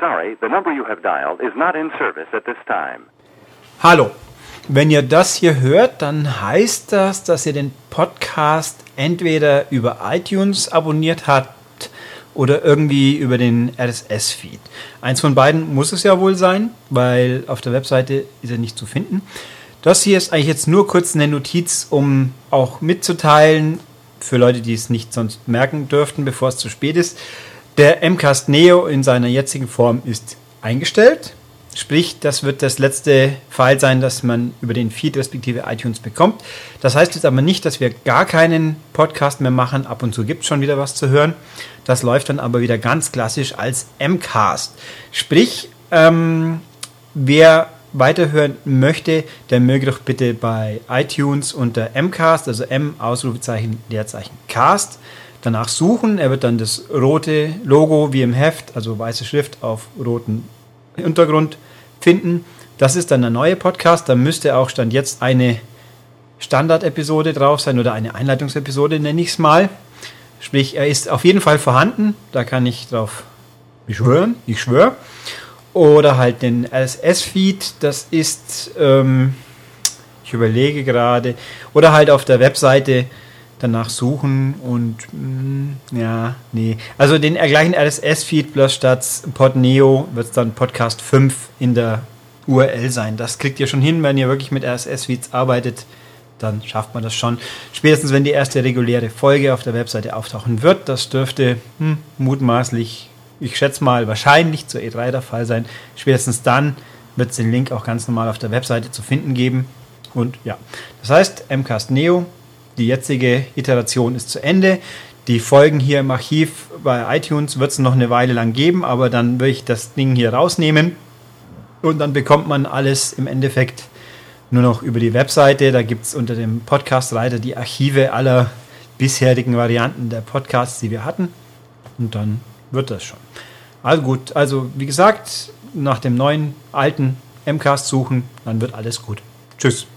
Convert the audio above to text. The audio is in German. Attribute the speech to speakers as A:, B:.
A: sorry, the number you have dialed is not in service at this time.
B: Hallo. Wenn ihr das hier hört, dann heißt das, dass ihr den Podcast entweder über iTunes abonniert habt oder irgendwie über den RSS-Feed. Eins von beiden muss es ja wohl sein, weil auf der Webseite ist er nicht zu finden. Das hier ist eigentlich jetzt nur kurz eine Notiz, um auch mitzuteilen, für Leute, die es nicht sonst merken dürften, bevor es zu spät ist. Der MCAST Neo in seiner jetzigen Form ist eingestellt. Sprich, das wird das letzte File sein, das man über den Feed respektive iTunes bekommt. Das heißt jetzt aber nicht, dass wir gar keinen Podcast mehr machen. Ab und zu gibt es schon wieder was zu hören. Das läuft dann aber wieder ganz klassisch als MCAST. Sprich, wer weiterhören möchte, der möge doch bitte bei iTunes unter MCAST, also M, Ausrufezeichen, Leerzeichen, Cast, danach suchen. Er wird dann das rote Logo wie im Heft, also weiße Schrift auf roten Untergrund finden. Das ist dann der neue Podcast. Da müsste auch Stand jetzt eine Standard-Episode drauf sein oder eine Einleitungsepisode, nenne ich es mal. Sprich, er ist auf jeden Fall vorhanden. Da kann ich drauf beschwören. Ich schwöre. Oder halt den RSS-Feed. Das ist, ich überlege gerade. Oder halt auf der Webseite danach suchen und also den gleichen RSS-Feed bloß statt Podneo wird es dann Podcast 5 in der URL sein. Das kriegt ihr schon hin, wenn ihr wirklich mit RSS-Feeds arbeitet, dann schafft man das schon. Spätestens, wenn die erste reguläre Folge auf der Webseite auftauchen wird, das dürfte mutmaßlich, ich schätze mal, wahrscheinlich zur E3 der Fall sein. Spätestens dann wird es den Link auch ganz normal auf der Webseite zu finden geben. Und ja, das heißt, MCAST Neo, die jetzige Iteration ist zu Ende. Die Folgen hier im Archiv bei iTunes wird es noch eine Weile lang geben, aber dann will ich das Ding hier rausnehmen und dann bekommt man alles im Endeffekt nur noch über die Webseite. Da gibt es unter dem Podcast-Reiter die Archive aller bisherigen Varianten der Podcasts, die wir hatten, und dann wird das schon. Also gut, also wie gesagt, nach dem neuen, alten MCAST suchen, dann wird alles gut. Tschüss.